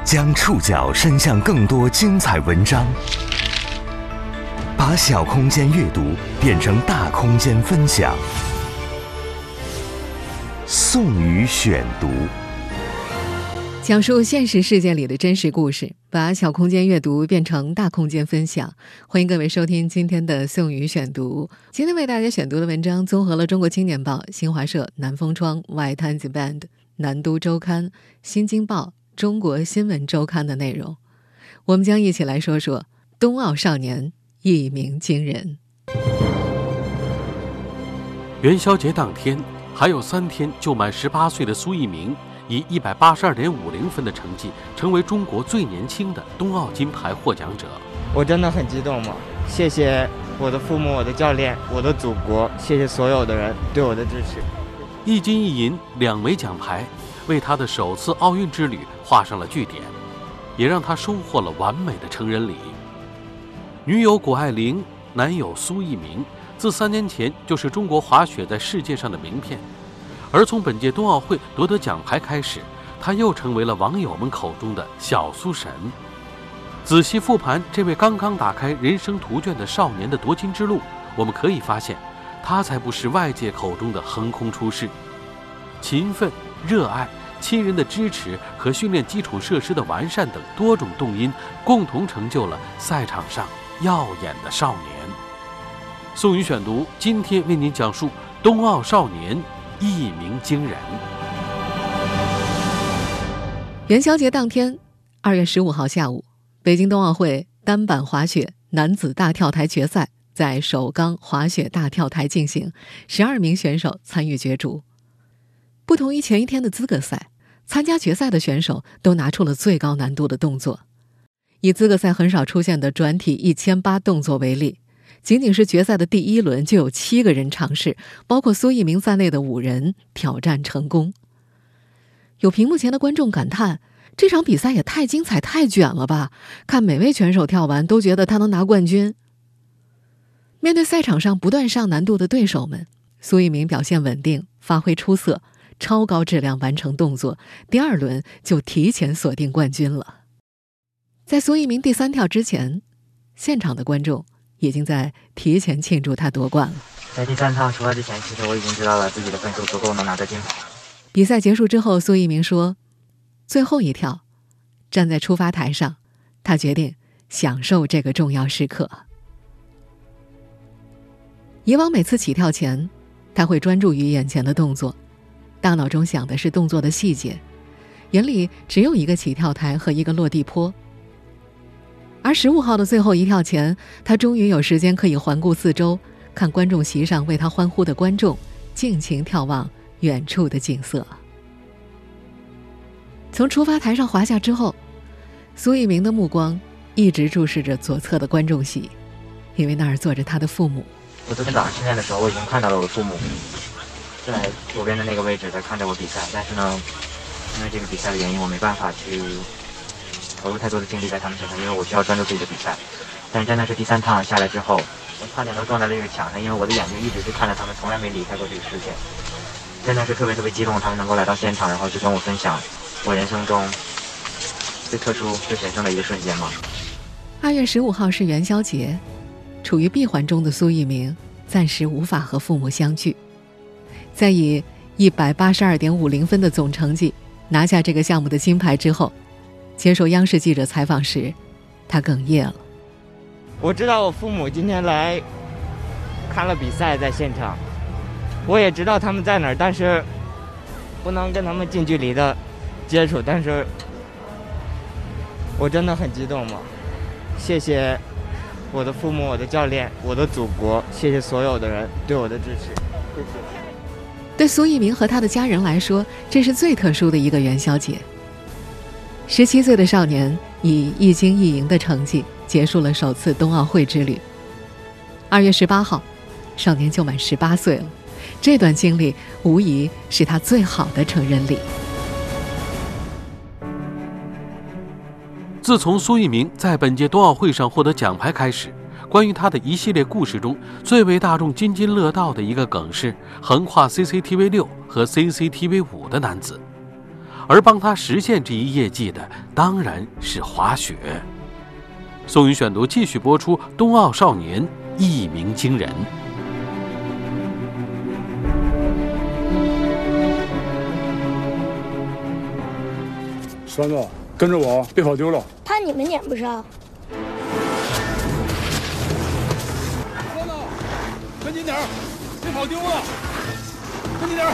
将触角伸向更多精彩文章，把小空间阅读变成大空间分享。宋宇选读， 讲述现实世界里的真实故事，把小空间阅读变成大空间分享。欢迎各位收听今天的宋宇选读。今天为大家选读的文章综合了中国青年报、新华社、南风窗、外滩子 band、南都周刊、新京报、中国新闻周刊的内容。我们将一起来说说冬奥少年一鸣惊人。 元宵节当天，还有3天就满18岁的苏翊鸣以182.50分的成绩成为中国最年轻的冬奥金牌获奖者。 我真的很激动嘛！谢谢我的父母、我的教练、我的祖国，谢谢所有的人对我的支持。 1金1银2枚奖牌，为他的首次奥运之旅画上了句点，也让他收获了完美的成人礼。女友谷爱凌，男友苏翊鸣，自3年前就是中国滑雪在世界上的名片。而从本届冬奥会夺得奖牌开始，他又成为了网友们口中的小苏神。仔细复盘这位刚刚打开人生图卷的少年的夺金之路，我们可以发现，他才不是外界口中的横空出世。勤奋、热爱、亲人的支持和训练基础设施的完善等多种动因，共同成就了赛场上耀眼的少年。宋宇选读今天为您讲述冬奥少年一鸣惊人。 元宵节当天，2月15号下午，北京冬奥会单板滑雪男子大跳台决赛在首钢滑雪大跳台进行，12名选手参与角逐。不同于前一天的资格赛，参加决赛的选手都拿出了最高难度的动作。以资格赛很少出现的转体1008动作为例，仅仅是决赛的第1轮就有7个人尝试，包括苏翊鸣在内的5人挑战成功。有屏幕前的观众感叹，这场比赛也太精彩太卷了吧，看每位选手跳完都觉得他能拿冠军。面对赛场上不断上难度的对手们，苏翊鸣表现稳定，发挥出色，超高质量完成动作，第2轮就提前锁定冠军了。在苏翊鸣第3跳之前，现场的观众已经在提前庆祝他夺冠了。 在第3趟出发之前，其实我已经知道了自己的分数足够能拿到金牌。 比赛结束之后，苏翊鸣说，最后一跳，站在出发台上，他决定享受这个重要时刻。以往每次起跳前，他会专注于眼前的动作，大脑中想的是动作的细节，眼里只有一个起跳台和一个落地坡。而15号的最后一跳前，他终于有时间可以环顾四周，看观众席上为他欢呼的观众，尽情眺望远处的景色。从出发台上滑下之后，苏翊鸣的目光一直注视着左侧的观众席，因为那儿坐着他的父母。 我昨天早上训练的时候，我已经看到了我的父母在左边的那个位置在看着我比赛，但是呢，因为这个比赛的原因，我没办法去投入太多的精力在他们身上，因为我需要专注自己的比赛。但是真的是第3趟下来之后，我差点都撞在这个墙上，因为我的眼睛一直是看着他们，从来没离开过这个世界。真的是特别特别激动，他们能够来到现场，然后去跟我分享我人生中最特殊、最神圣的一个瞬间嘛。 2月15号是元宵节，处于闭环中的苏翊鸣暂时无法和父母相聚。在以182.50分的总成绩拿下这个项目的金牌之后，接受央视记者采访时，他哽咽了。 我知道我父母今天来看了比赛，在现场，我也知道他们在哪儿，但是不能跟他们近距离的接触，但是我真的很激动嘛！谢谢我的父母、我的教练、我的祖国，谢谢所有的人对我的支持，谢谢。 对苏翊鸣和他的家人来说，这是最特殊的一个元宵节。17岁的少年以1金1银的成绩结束了首次冬奥会之旅。2月18号，少年就满18岁了，这段经历无疑是他最好的成人礼。 自从苏翊鸣在本届冬奥会上获得奖牌开始，关于他的一系列故事中，最为大众津津乐道的一个梗是横跨 CCTV6 和 CCTV5 的男子。 而帮他实现这一业绩的当然是滑雪。宋宇选读继续播出，冬奥少年一鸣惊人。 栓子，跟着我，别跑丢了。 怕你们撵不上。 栓子，跟紧点，别跑丢了，跟紧点。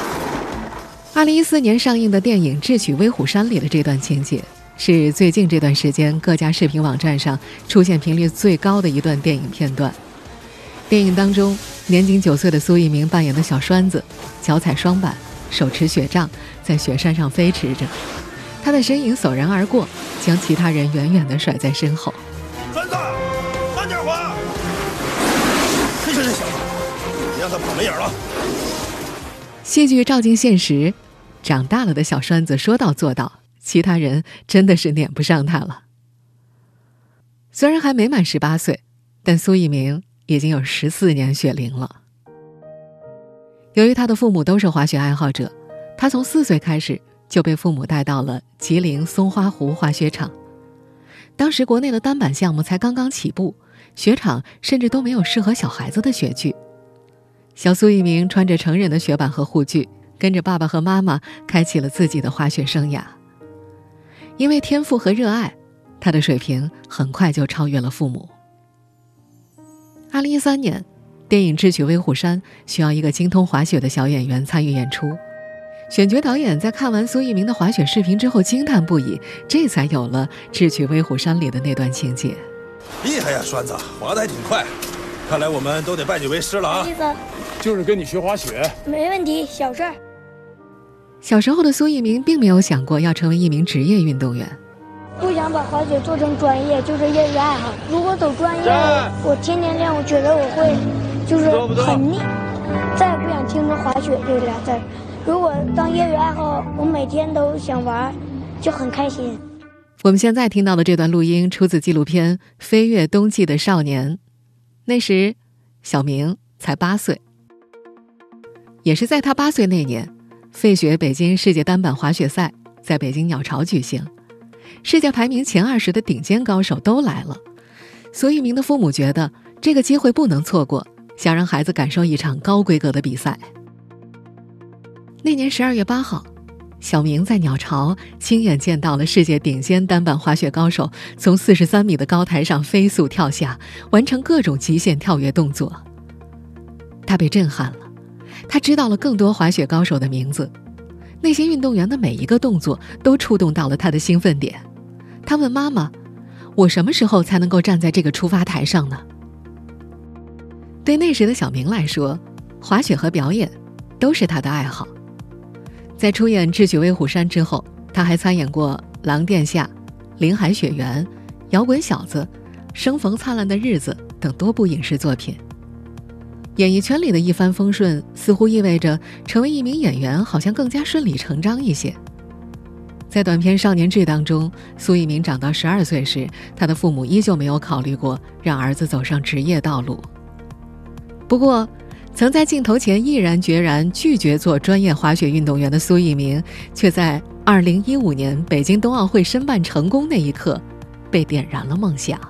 2014年上映的电影《智取威虎山》里的这段情节，是最近这段时间各家视频网站上出现频率最高的一段电影片段。电影当中，年仅9岁的苏翊鸣扮演的小栓子，脚踩双板，手持雪杖，在雪山上飞驰着。他的身影陡然而过，将其他人远远地甩在身后。 栓子，慢点滑！看这小子，别让他跑没影了。 戏剧照进现实，长大了的小栓子说到做到，其他人真的是撵不上他了。虽然还没满18岁，但苏翊鸣已经有14年雪龄了。由于他的父母都是滑雪爱好者，他从4岁开始就被父母带到了吉林松花湖滑雪场。当时国内的单板项目才刚刚起步，雪场甚至都没有适合小孩子的雪具。小苏翊鸣穿着成人的雪板和护具，跟着爸爸和妈妈开启了自己的滑雪生涯。因为天赋和热爱，他的水平很快就超越了父母。2013年，电影《智取威虎山》需要一个精通滑雪的小演员参与演出。选角导演在看完苏翊鸣的滑雪视频之后惊叹不已，这才有了《智取威虎山》里的那段情节。 厉害呀，栓子，滑得还挺快。看来我们都得拜你为师了啊！ 意思就是跟你学滑雪。 没问题，小事儿。 小时候的苏翊鸣并没有想过要成为一名职业运动员， 不想把滑雪做成专业，就是业余爱好。如果走专业，我天天练，我觉得我会就是很腻，再也不想听着滑雪这俩字。如果当业余爱好，我每天都想玩，就很开心。 我们现在听到的这段录音出自纪录片《飞越冬季的少年》，那时小明才8岁。也是在他8岁那年，费雪北京世界单板滑雪赛在北京鸟巢举行，世界排名前20的顶尖高手都来了。苏翊鸣的父母觉得这个机会不能错过，想让孩子感受一场高规格的比赛。那年12月8号，小明在鸟巢亲眼见到了世界顶尖单板滑雪高手从43米的高台上飞速跳下，完成各种极限跳跃动作。他被震撼了，他知道了更多滑雪高手的名字，那些运动员的每一个动作都触动到了他的兴奋点。他问妈妈，我什么时候才能够站在这个出发台上呢？对那时的小明来说，滑雪和表演都是他的爱好。在出演《智取威虎山》之后，他还参演过《狼殿下》《林海雪原》《摇滚小子》《生逢灿烂的日子》等多部影视作品。演艺圈里的一帆风顺，似乎意味着成为一名演员好像更加顺理成章一些。在短片《少年志》当中，苏翊鸣长到12岁时，他的父母依旧没有考虑过让儿子走上职业道路。不过，曾在镜头前毅然决然拒绝做专业滑雪运动员的苏翊鸣，却在2015年北京冬奥会申办成功那一刻，被点燃了梦想。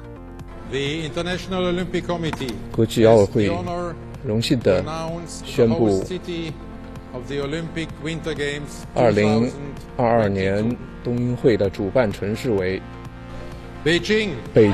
国际奥委会荣幸地宣布2022年冬运会的主办城市为北京。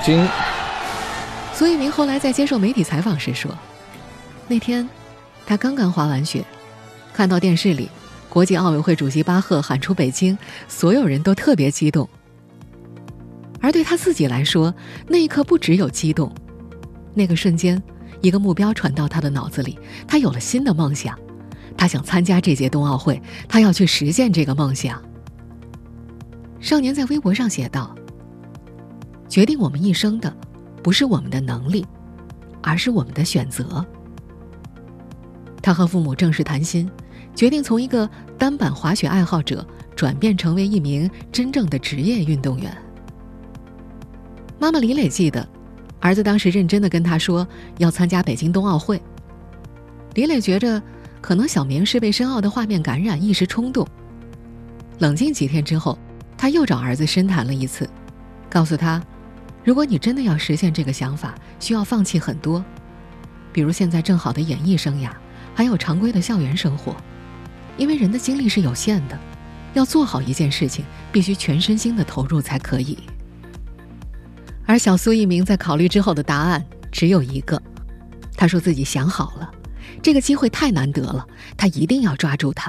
苏翊鸣后来在接受媒体采访时说，那天他刚刚滑完雪，看到电视里国际奥委会主席巴赫喊出北京，所有人都特别激动。而对他自己来说，那一刻不只有激动，那个瞬间一个目标传到他的脑子里，他有了新的梦想，他想参加这届冬奥会，他要去实现这个梦想。少年在微博上写道，决定我们一生的不是我们的能力，而是我们的选择。他和父母正式谈心，决定从一个单板滑雪爱好者转变成为一名真正的职业运动员。妈妈李磊记得，儿子当时认真地跟他说要参加北京冬奥会。李磊觉着可能小明是被申奥的画面感染，一时冲动。 冷静几天之后，他又找儿子深谈了一次，告诉他，如果你真的要实现这个想法，需要放弃很多，比如现在正好的演艺生涯，还有常规的校园生活，因为人的精力是有限的，要做好一件事情，必须全身心的投入才可以。而小苏一鸣在考虑之后的答案只有一个，他说自己想好了，这个机会太难得了，他一定要抓住它。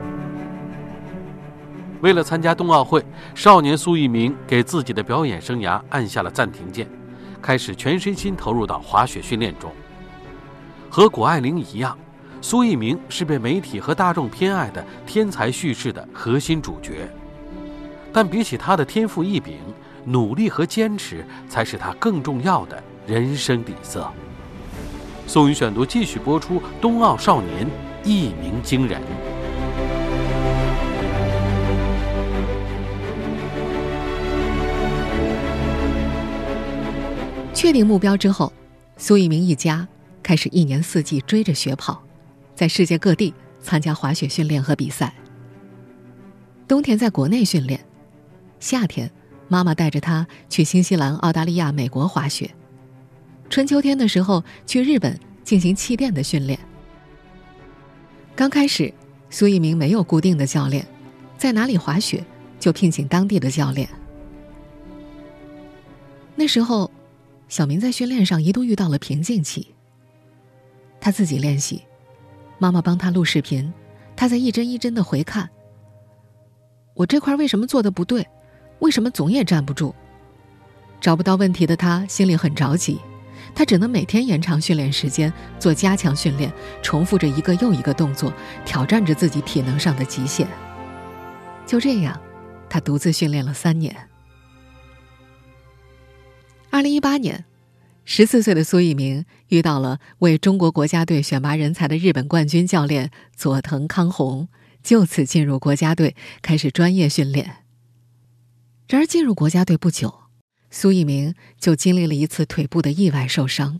为了参加冬奥会，少年苏一鸣给自己的表演生涯按下了暂停键，开始全身心投入到滑雪训练中。和谷爱凌一样，苏一鸣是被媒体和大众偏爱的天才叙事的核心主角，但比起他的天赋异禀，努力和坚持才是他更重要的人生底色。宋宇选读继续播出冬奥少年一鸣惊人。 确定目标之后，苏一鸣一家开始一年四季追着雪跑，在世界各地参加滑雪训练和比赛。冬天在国内训练，夏天妈妈带着他去新西兰、澳大利亚、美国滑雪，春秋天的时候去日本进行气垫的训练。刚开始苏一鸣没有固定的教练，在哪里滑雪就聘请当地的教练。那时候小明在训练上一度遇到了瓶颈期，他自己练习，妈妈帮他录视频，他在一帧一帧的回看，我这块为什么做的不对，为什么总也站不住？找不到问题的他心里很着急，他只能每天延长训练时间，做加强训练，重复着一个又一个动作，挑战着自己体能上的极限。就这样，他独自训练了3年。2018年，14岁的苏一鸣遇到了为中国国家队选拔人才的日本冠军教练佐藤康弘，就此进入国家队，开始专业训练。然而进入国家队不久，苏一鸣就经历了一次腿部的意外受伤。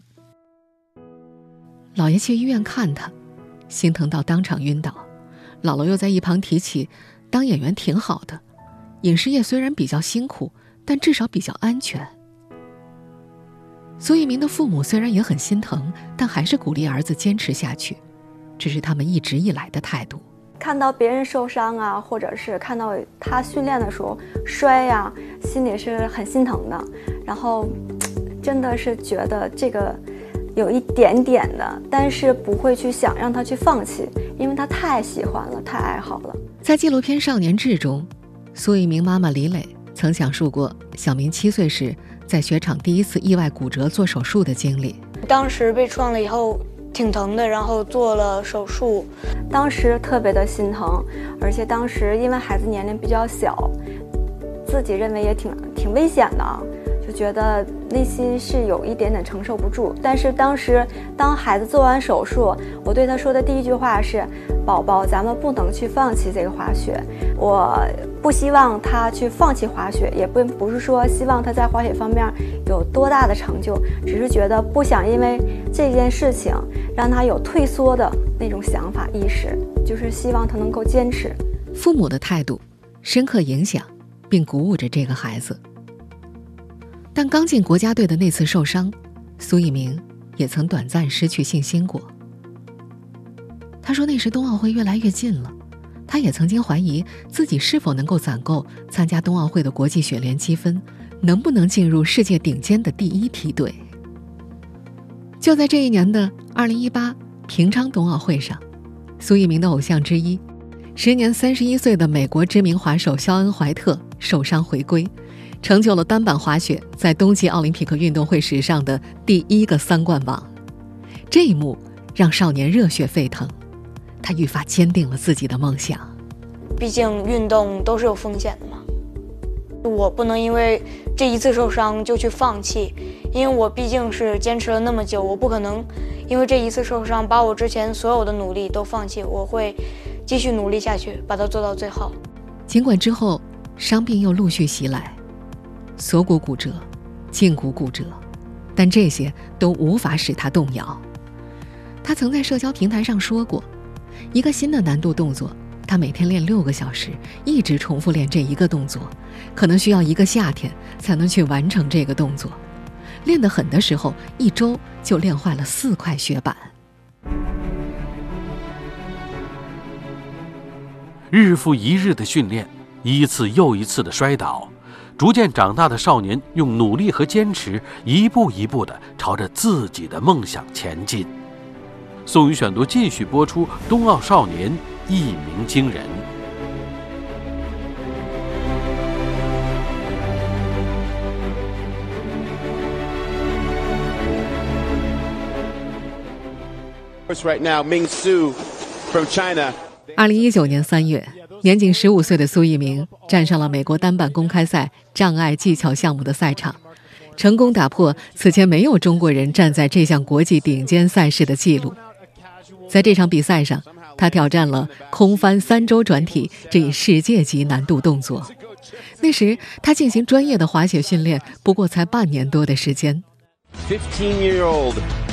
姥爷去医院看他，心疼到当场晕倒。姥姥又在一旁提起，当演员挺好的，影视业虽然比较辛苦，但至少比较安全。苏一鸣的父母虽然也很心疼，但还是鼓励儿子坚持下去，这是他们一直以来的态度。 看到别人受伤啊，或者是看到他训练的时候摔呀，心里是很心疼的。然后真的是觉得这个有一点点的，但是不会去想让他去放弃，因为他太喜欢了，太爱好了。 在纪录片《少年志》中，苏一鸣妈妈李磊曾讲述过小明7岁时在雪场第一次意外骨折做手术的经历。 当时被撞了以后挺疼的，然后做了手术， 当时特别的心疼，而且当时因为孩子年龄比较小，自己认为也挺危险的，就觉得内心是有一点点承受不住。但是当孩子做完手术，我对他说的第一句话是，宝宝，咱们不能去放弃这个滑雪。我不希望他去放弃滑雪，也不是说希望他在滑雪方面有多大的成就，只是觉得不想因为这件事情让他有退缩的那种想法意识，就是希望他能够坚持。 父母的态度深刻影响并鼓舞着这个孩子。但刚进国家队的那次受伤，苏一鸣也曾短暂失去信心过。他说那时冬奥会越来越近了，他也曾经怀疑自己是否能够攒够参加冬奥会的国际雪联积分，能不能进入世界顶尖的第1梯队。就在这一年的2018平昌冬奥会上，苏一鸣的偶像之一，时年31岁的美国知名滑手肖恩·怀特受伤回归，成就了单板滑雪在冬季奥林匹克运动会史上的第1个3冠王。这一幕让少年热血沸腾，他愈发坚定了自己的梦想。 毕竟运动都是有风险的嘛，我不能因为这一次受伤就去放弃，因为我毕竟是坚持了那么久，我不可能因为这一次受伤把我之前所有的努力都放弃，我会继续努力下去，把它做到最好。 尽管之后伤病又陆续袭来，锁骨骨折、胫骨骨折，但这些都无法使他动摇。他曾在社交平台上说过，一个新的难度动作他每天练6个小时，一直重复练这一个动作，可能需要1个夏天才能去完成这个动作。练得狠的时候，1周就练坏了4块雪板。 日复一日的训练，一次又一次的摔倒，逐渐长大的少年用努力和坚持，一步一步地朝着自己的梦想前进。宋宇选读继续播出，冬奥少年一鸣惊人。 Right now, Ming Su from China. 2019年3月，年仅15岁的苏翊鸣站上了美国单板公开赛障碍技巧项目的赛场，成功打破此前没有中国人站在这项国际顶尖赛事的记录。在这场比赛上，他挑战了空翻3周转体这一世界级难度动作。那时他进行专业的滑雪训练不过才半年多的时间。 15-year-old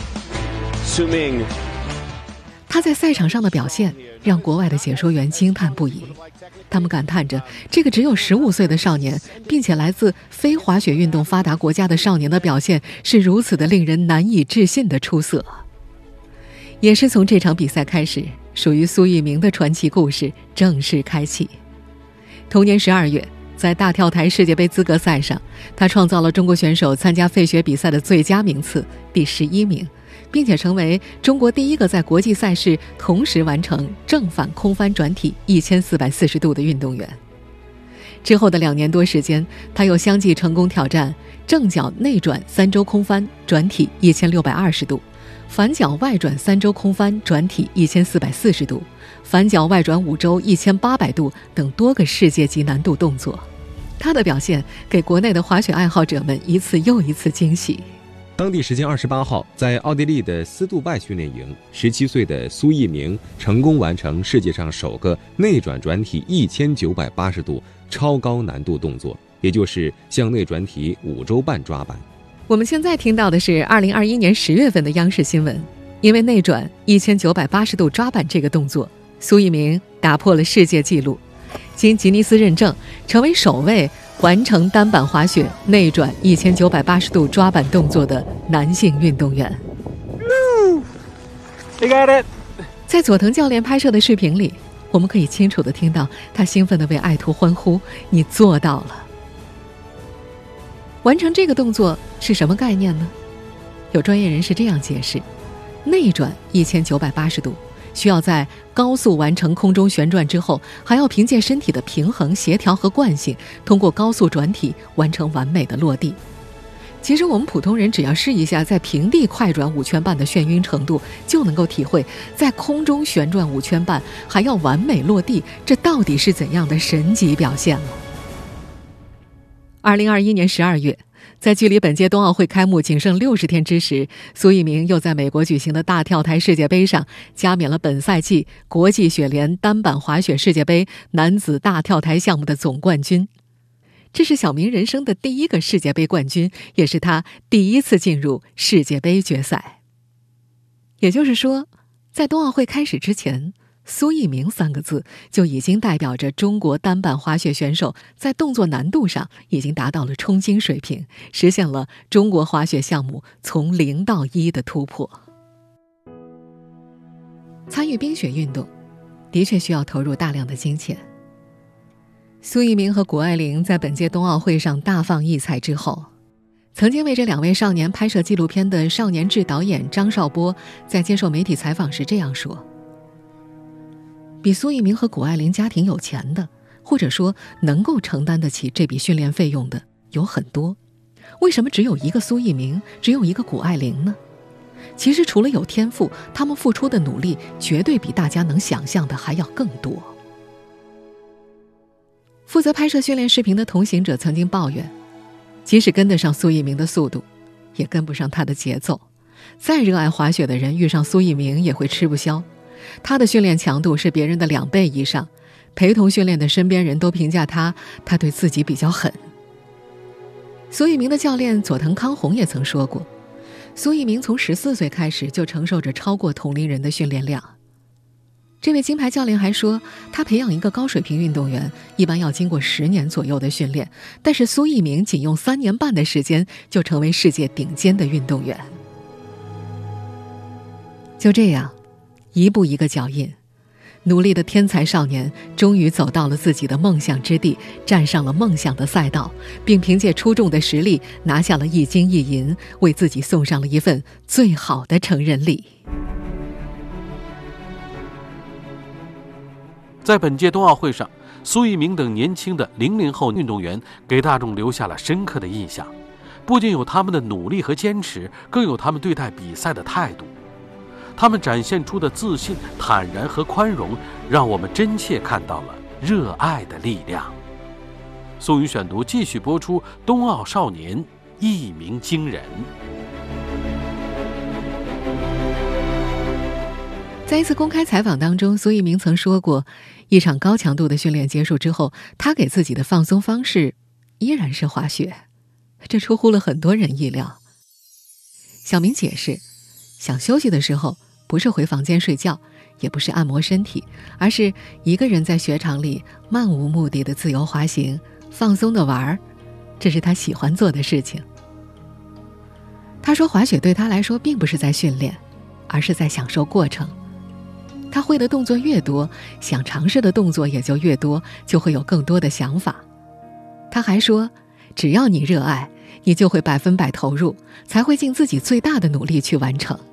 Su Ming。 他在赛场上的表现让国外的解说员惊叹不已，他们感叹着这个只有15岁的少年，并且来自非滑雪运动发达国家的少年的表现是如此的令人难以置信的出色。也是从这场比赛开始，属于苏翊鸣的传奇故事正式开启。同年12月，在大跳台世界杯资格赛上，他创造了中国选手参加费雪比赛的最佳名次，第11名，并且成为中国第一个在国际赛事同时完成正反空翻转体1440度的运动员。之后的2年多时间，他又相继成功挑战正脚内转3周空翻转体1620度，反脚外转3周空翻转体1440度，反脚外转5周1800度等多个世界级难度动作。他的表现给国内的滑雪爱好者们一次又一次惊喜。 当地时间28号，在奥地利的斯杜拜训练营，17岁的苏翊鸣成功完成世界上首个内转转体1980度超高难度动作，也就是向内转体5周半抓板。 我们现在听到的是2021年10月份的央视新闻，因为内转1980度抓板这个动作，苏翊鸣打破了世界纪录，经吉尼斯认证，成为首位完成单板滑雪内转1980度抓板动作的男性运动员。 You got it. 在佐藤教练拍摄的视频里，我们可以清楚地听到他兴奋地为爱徒欢呼：“你做到了！”完成这个动作是什么概念呢？有专业人士这样解释：内转1980度需要在高速完成空中旋转之后，还要凭借身体的平衡、协调和惯性，通过高速转体完成完美的落地。其实我们普通人只要试一下在平地快转5圈半的眩晕程度，就能够体会在空中旋转5圈半还要完美落地，这到底是怎样的神级表现了。2021年12月，在距离本届冬奥会开幕仅剩60天之时，苏翊鸣又在美国举行的大跳台世界杯上加冕了本赛季国际雪联单板滑雪世界杯男子大跳台项目的总冠军。这是小明人生的第1个世界杯冠军，也是他第1次进入世界杯决赛。也就是说，在冬奥会开始之前，苏翊鸣3个字就已经代表着中国单板滑雪选手在动作难度上已经达到了冲金水平，实现了中国滑雪项目从0到1的突破。参与冰雪运动的确需要投入大量的金钱。苏翊鸣和谷爱凌在本届冬奥会上大放异彩之后，曾经为这2位少年拍摄纪录片的少年志导演张绍波在接受媒体采访时这样说：比苏翊鸣和谷爱凌家庭有钱的，或者说能够承担得起这笔训练费用的有很多，为什么只有一个苏翊鸣，只有一个谷爱凌呢？其实除了有天赋，他们付出的努力绝对比大家能想象的还要更多。负责拍摄训练视频的同行者曾经抱怨，即使跟得上苏翊鸣的速度，也跟不上他的节奏。再热爱滑雪的人遇上苏翊鸣也会吃不消，他的训练强度是别人的2倍以上，陪同训练的身边人都评价他对自己比较狠。苏翊鸣的教练佐藤康弘也曾说过，苏翊鸣从14岁开始就承受着超过同龄人的训练量。 这位金牌教练还说，他培养一个高水平运动员一般要经过10年左右的训练，但是苏翊鸣仅用3年半的时间就成为世界顶尖的运动员。就这样，一步一个脚印，努力的天才少年终于走到了自己的梦想之地，站上了梦想的赛道，并凭借出众的实力拿下了1金1银，为自己送上了一份最好的成人礼。 在本届冬奥会上，苏翊鸣等年轻的00后运动员给大众留下了深刻的印象，不仅有他们的努力和坚持，更有他们对待比赛的态度。他们展现出的自信、坦然和宽容，让我们真切看到了热爱的力量。宋宇选读继续播出冬奥少年一鸣惊人。 在一次公开采访当中，苏翊鸣曾说过，一场高强度的训练结束之后，他给自己的放松方式依然是滑雪，这出乎了很多人意料。小明解释，想休息的时候，不是回房间睡觉，也不是按摩身体，而是一个人在雪场里漫无目的的自由滑行，放松的玩，这是他喜欢做的事情。他说，滑雪对他来说并不是在训练，而是在享受过程。他会的动作越多，想尝试的动作也就越多，就会有更多的想法。他还说，只要你热爱，你就会100%投入，才会尽自己最大的努力去完成。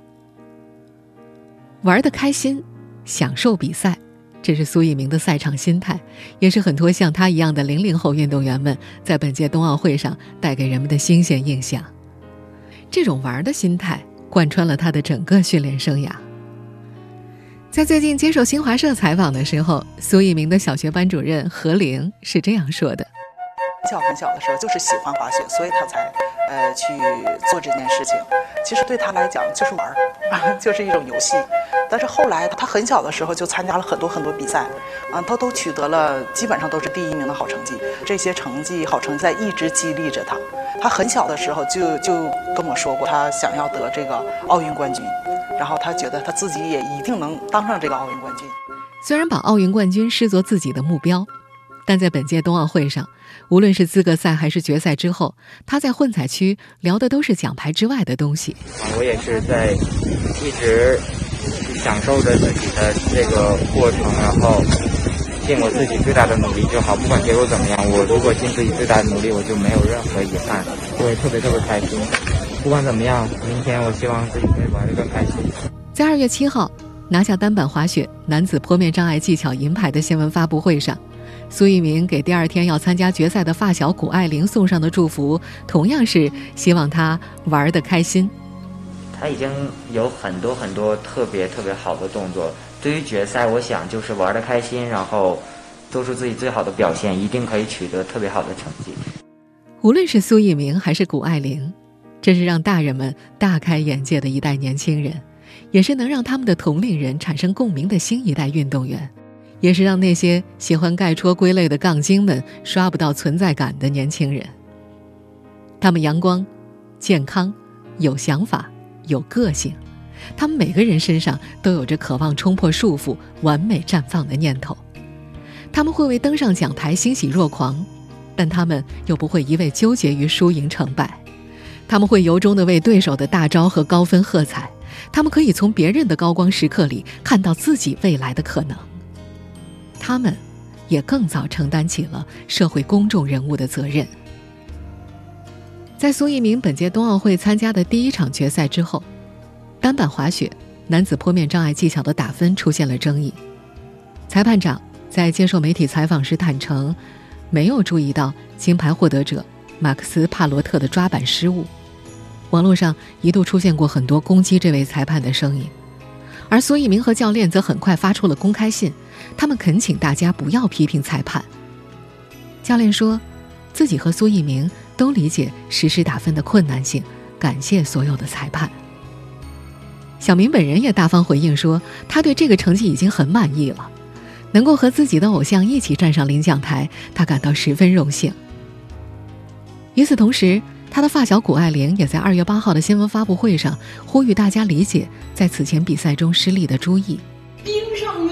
玩得开心，享受比赛，这是苏翊鸣的赛场心态，也是很多像他一样的00后运动员们在本届冬奥会上带给人们的新鲜印象。这种玩的心态贯穿了他的整个训练生涯。在最近接受新华社采访的时候，苏翊鸣的小学班主任何玲是这样说的： 很小的时候就是喜欢滑雪，所以他才去做这件事情。其实对他来讲就是玩就是一种游戏。但是后来他很小的时候就参加了很多比赛，他都取得了基本上都是第1名的好成绩。这些好成绩在一直激励着他。他很小的时候就跟我说过，他想要得这个奥运冠军，然后他觉得他自己也一定能当上这个奥运冠军。 虽然把奥运冠军视作自己的目标，但在本届冬奥会上，无论是资格赛还是决赛之后，他在混采区聊的都是奖牌之外的东西。 我也是在一直享受着自己的这个过程，然后尽我自己最大的努力就好，不管结果怎么样，我如果尽自己最大的努力，我就没有任何遗憾，我也特别开心。不管怎么样，明天我希望自己可以玩得更开心。 在2月7号拿下单板滑雪男子坡面障碍技巧银牌的新闻发布会上，苏翊鸣给第2天要参加决赛的发小谷爱凌送上的祝福，同样是希望她玩得开心。 他已经有很多特别好的动作，对于决赛我想就是玩得开心，然后做出自己最好的表现，一定可以取得特别好的成绩。 无论是苏翊鸣还是谷爱凌，这是让大人们大开眼界的一代年轻人，也是能让他们的同龄人产生共鸣的新一代运动员，也是让那些喜欢概戳归类的杠精们刷不到存在感的年轻人。他们阳光、健康、有想法、有个性，他们每个人身上都有着渴望冲破束缚、完美绽放的念头。他们会为登上讲台欣喜若狂，但他们又不会一味纠结于输赢成败。他们会由衷地为对手的大招和高分喝彩，他们可以从别人的高光时刻里看到自己未来的可能。他们也更早承担起了社会公众人物的责任。在苏翊鸣本届冬奥会参加的第1场决赛之后，单板滑雪男子坡面障碍技巧的打分出现了争议。裁判长在接受媒体采访时坦诚，没有注意到金牌获得者马克思·帕罗特的抓板失误。网络上一度出现过很多攻击这位裁判的声音，而苏翊鸣和教练则很快发出了公开信，他们恳请大家不要批评裁判。教练说，自己和苏翊鸣都理解实时打分的困难性，感谢所有的裁判。小明本人也大方回应说，他对这个成绩已经很满意了，能够和自己的偶像一起站上领奖台，他感到十分荣幸。与此同时，他的发小谷爱凌也在2月8号的新闻发布会上呼吁大家理解在此前比赛中失利的朱毅。 冰上运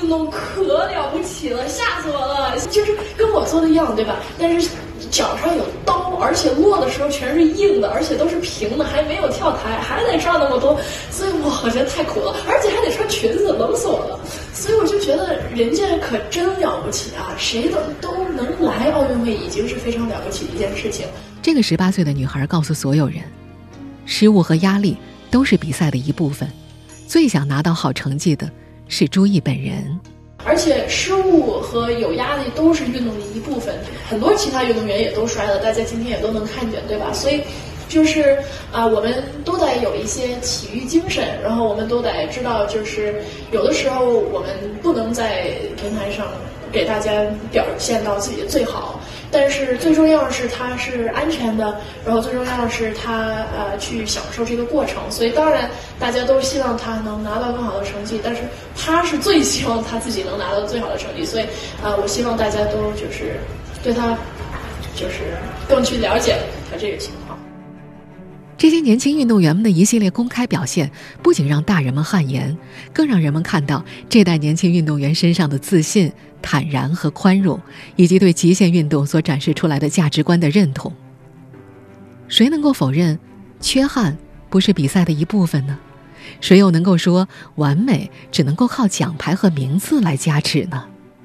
运动可了不起了，吓死我了，就是跟我做的一样，对吧？但是脚上有刀，而且落的时候全是硬的，而且都是平的，还没有跳台，还得上那么多，所以我觉得太苦了，而且还得穿裙子，冷死我了。所以我就觉得人家可真了不起啊，谁都能来奥运会已经是非常了不起的一件事情。 这个18岁的女孩告诉所有人，失误和压力都是比赛的一部分，最想拿到好成绩的是朱毅本人。 而且失误和有压力都是运动的一部分，很多其他运动员也都摔了，大家今天也都能看见，对吧？所以就是我们都得有一些体育精神，然后我们都得知道，就是有的时候我们不能在平台上给大家表现到自己的最好，但是最重要的是它是安全的，然后最重要的是它去享受这个过程。所以当然大家都希望他能拿到更好的成绩，但是他是最希望他自己能拿到最好的成绩。所以我希望大家都就是对他就是更去了解他这个情况。 这些年轻运动员们的一系列公开表现，不仅让大人们汗颜，更让人们看到这代年轻运动员身上的自信、坦然和宽容，以及对极限运动所展示出来的价值观的认同。谁能够否认缺憾不是比赛的一部分呢？谁又能够说完美只能够靠奖牌和名次来加持呢？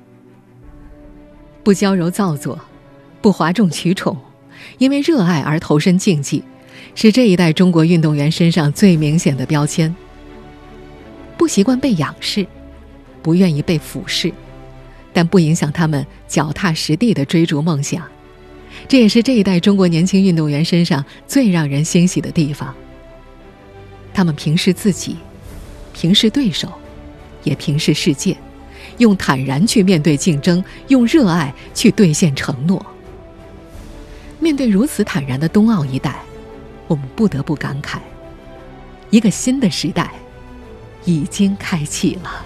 不娇柔造作，不哗众取宠，因为热爱而投身竞技，是这一代中国运动员身上最明显的标签。不习惯被仰视，不愿意被俯视，但不影响他们脚踏实地地追逐梦想。这也是这一代中国年轻运动员身上最让人欣喜的地方。他们平视自己，平视对手，也平视世界，用坦然去面对竞争，用热爱去兑现承诺。面对如此坦然的冬奥一代，我们不得不感慨，一个新的时代已经开启了。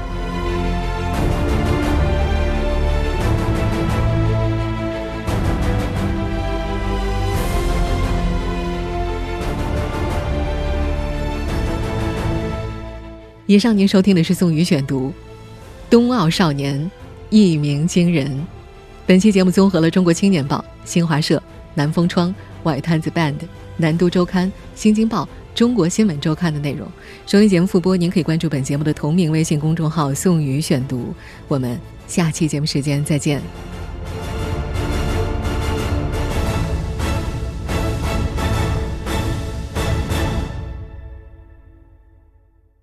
以上您收听的是宋宇选读，冬奥少年一鸣惊人。本期节目综合了中国青年报、新华社、南风窗、外滩子 band、南都周刊、新京报、中国新闻周刊的内容。收听节目复播，您可以关注本节目的同名微信公众号宋宇选读。我们下期节目时间再见。